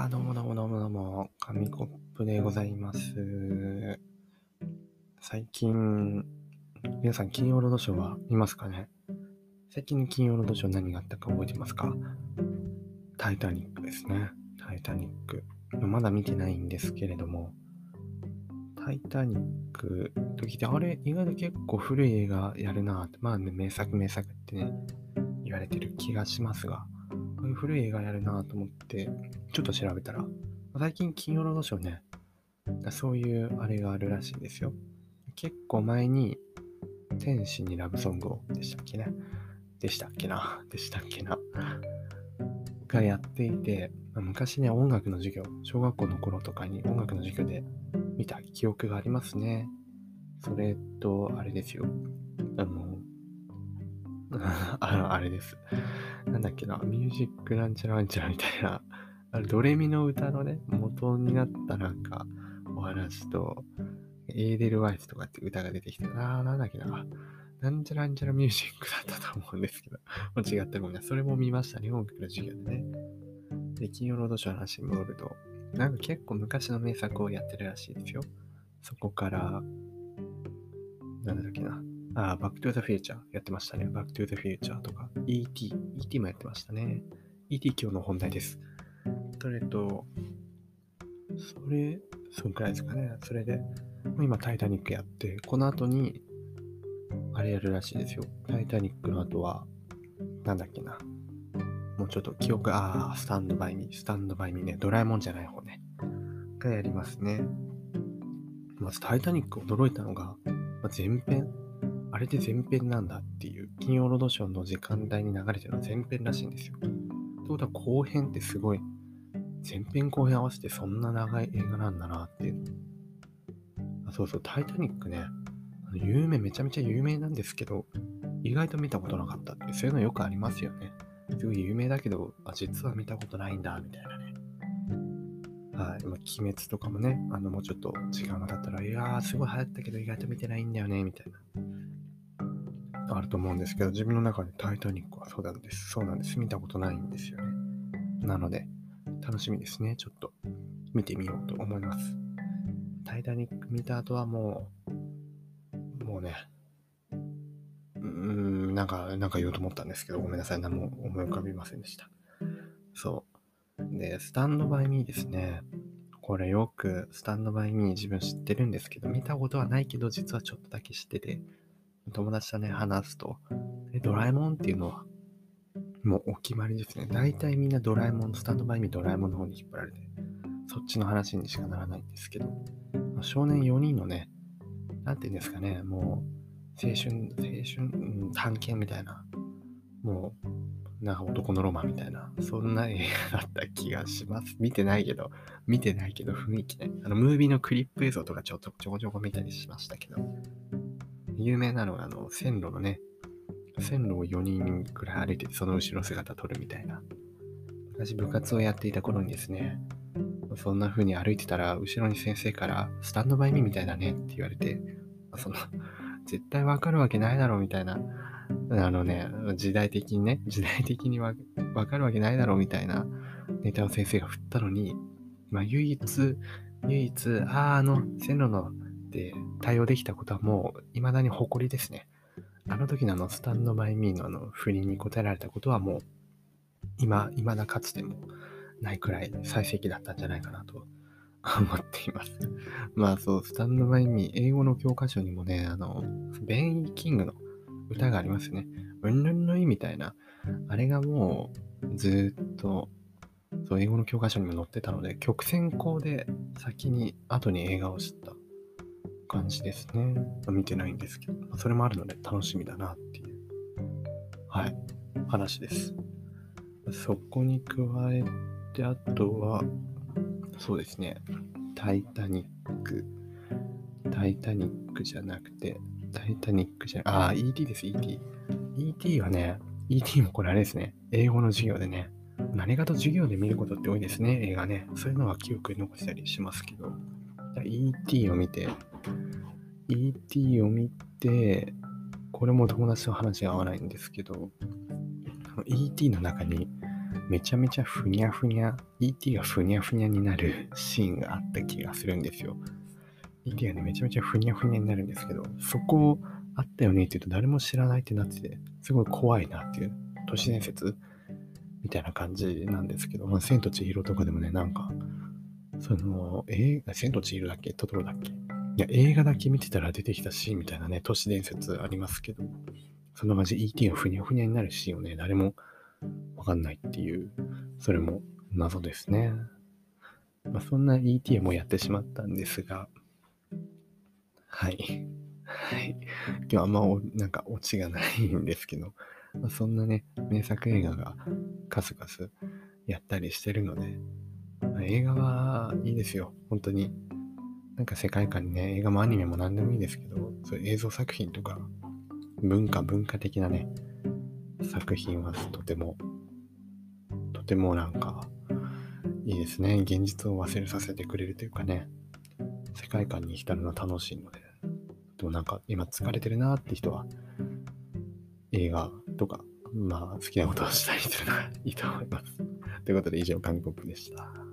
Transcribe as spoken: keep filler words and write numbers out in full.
あ、どうもどうもどうもどうも、紙コップでございます。最近、皆さん金曜ロードショーは見ますかね？最近の金曜ロードショー何があったか覚えてますか？タイタニックですね。タイタニック。まだ見てないんですけれども、タイタニックと聞いて、あれ、意外と結構古い映画やるなって、まあね、名作名作ってね、言われてる気がしますが、こういう古い映画やるなと思って、ちょっと調べたら、最近金曜ロードショーね、そういうあれがあるらしいんですよ。結構前に天使にラブソングをでしたっけねでしたっけなでしたっけながやっていて、昔ね、音楽の授業、小学校の頃とかに音楽の授業で見た記憶がありますね。それと、あれですよ。あの、あの、あれです。なんだっけな、ミュージックなんちゃらなんちゃらみたいな、あれドレミの歌のね、元になったなんかお話と、エーデルワイスとかって歌が出てきて、あー、なんだっけな。なんちゃらなんちゃらミュージックだったと思うんですけど、間違ったごめんな。それも見ましたね、音楽の授業でね。で、金曜ロードショーの話に戻ると、なんか結構昔の名作をやってるらしいですよ。そこから、なんだっけな。あ、バックトゥーザフューチャーやってましたね。バックトゥーザフューチャーとか、イーティー、イーティー もやってましたね。イーティー 今日の本題です。それと、それ、そんくらいですかね。それで、今タイタニックやって、この後に、あれやるらしいですよ。タイタニックの後は、なんだっけな。もうちょっと記憶、あー、スタンドバイミー、スタンドバイミーね。ドラえもんじゃない方ね。がやりますね。まずタイタニック驚いたのが、まあ、前編あれで前編なんだっていう、金曜ロードショーの時間帯に流れてるのは前編らしいんですよ。ということは後編ってすごい、前編後編合わせてそんな長い映画なんだなっていう。あ、そうそう、タイタニックね、あの有名、めちゃめちゃ有名なんですけど、意外と見たことなかったっていう、そういうのよくありますよね。すごい有名だけど、あ、実は見たことないんだ、みたいなね。はい。まあ、鬼滅とかもね、あの、もうちょっと時間が経ったら、いやー、すごい流行ったけど意外と見てないんだよね、みたいな。あると思うんですけど、自分の中でタイタニックはそうなんです。そうなんです。見たことないんですよね。なので、楽しみですね。ちょっと見てみようと思います。タイタニック見た後はもう、もうね、うーん、なんか、なんか言おうと思ったんですけど、ごめんなさい。何も思い浮かびませんでした。そう。で、スタンドバイミーですね。これよくスタンドバイミー自分知ってるんですけど、見たことはないけど、実はちょっとだけ知ってて、友達とね、話すと、え、ドラえもんっていうのは、もうお決まりですね。大体みんなドラえもん、スタンドバイミードラえもんの方に引っ張られて、そっちの話にしかならないんですけど、少年よにんのね、なんていうんですかね、もう、青春、青春、探検みたいな、もう、なんか男のロマンみたいな、そんな映画だった気がします。見てないけど、見てないけど雰囲気ね。あの、ムービーのクリップ映像とかちょっとちょこちょこ見たりしましたけど、有名なのが、あの、線路のね、線路をよにんくらい歩いてて、その後ろ姿撮るみたいな。私、部活をやっていた頃にですね、そんな風に歩いてたら、後ろに先生から、スタンドバイミーみたいだねって言われて、その、絶対わかるわけないだろうみたいな、あのね、時代的にね、時代的にわかるわけないだろうみたいなネタを先生が振ったのに、まあ、唯一、唯一、ああ、あの、線路ので対応できたことはもう、未だに誇りですね。あの時のあの、スタンドバイミーのあの、振りに答えられたことはもう、今、未だかつてもないくらい最盛期だったんじゃないかなと思っています。まあそう、スタンドバイミー、英語の教科書にもね、あの、ベン・キングの歌がありますね。うんぬんのいみたいな。あれがもう、ずっと、そう、英語の教科書にも載ってたので、曲先行で先に、後に映画を知った感じですね。見てないんですけど、それもあるので楽しみだなっていう、はい、話です。そこに加えて、あとは、そうですね、タイタニック、タイタニックじゃなくて、タイタニックじゃ、あ、イーティー です、イーティー。イーティー はね、イーティー もこれあれですね、英語の授業でね、何かと授業で見ることって多いですね、映画ね。そういうのは記憶に残したりしますけど、イーティー を見て、イーティー を見て、これも友達と話が合わないんですけど、イーティー の中にめちゃめちゃふにゃふにゃ、イーティー がふにゃふにゃになるシーンがあった気がするんですよ。イーティー がね、めちゃめちゃふにゃふにゃになるんですけど、そこあったよねって言うと誰も知らないってなってて、すごい怖いなっていう、都市伝説みたいな感じなんですけど、まあ、千と千尋とかでもね、なんか、その、映画、千と千尋だっけトトロだっけいや、映画だけ見てたら出てきたシーンみたいなね、都市伝説ありますけど、そんな感じで イーティー がふにゃふにゃになるシーンをね、誰もわかんないっていう、それも謎ですね。まあ、そんな イーティー もやってしまったんですが、はい。はい。今日はあんまおなんかオチがないんですけど、まあ、そんなね、名作映画が数々やったりしてるので、まあ、映画はいいですよ。本当に。なんか世界観にね、映画もアニメも何でもいいですけど、そういう映像作品とか、文化、文化的なね、作品はとても、とてもなんか、いいですね。現実を忘れさせてくれるというかね、世界観に浸るの楽しいので、でもなんか今疲れてるなーって人は、映画とか、まあ好きなことをしたりするのがいいと思います。ということで以上、紙コップでした。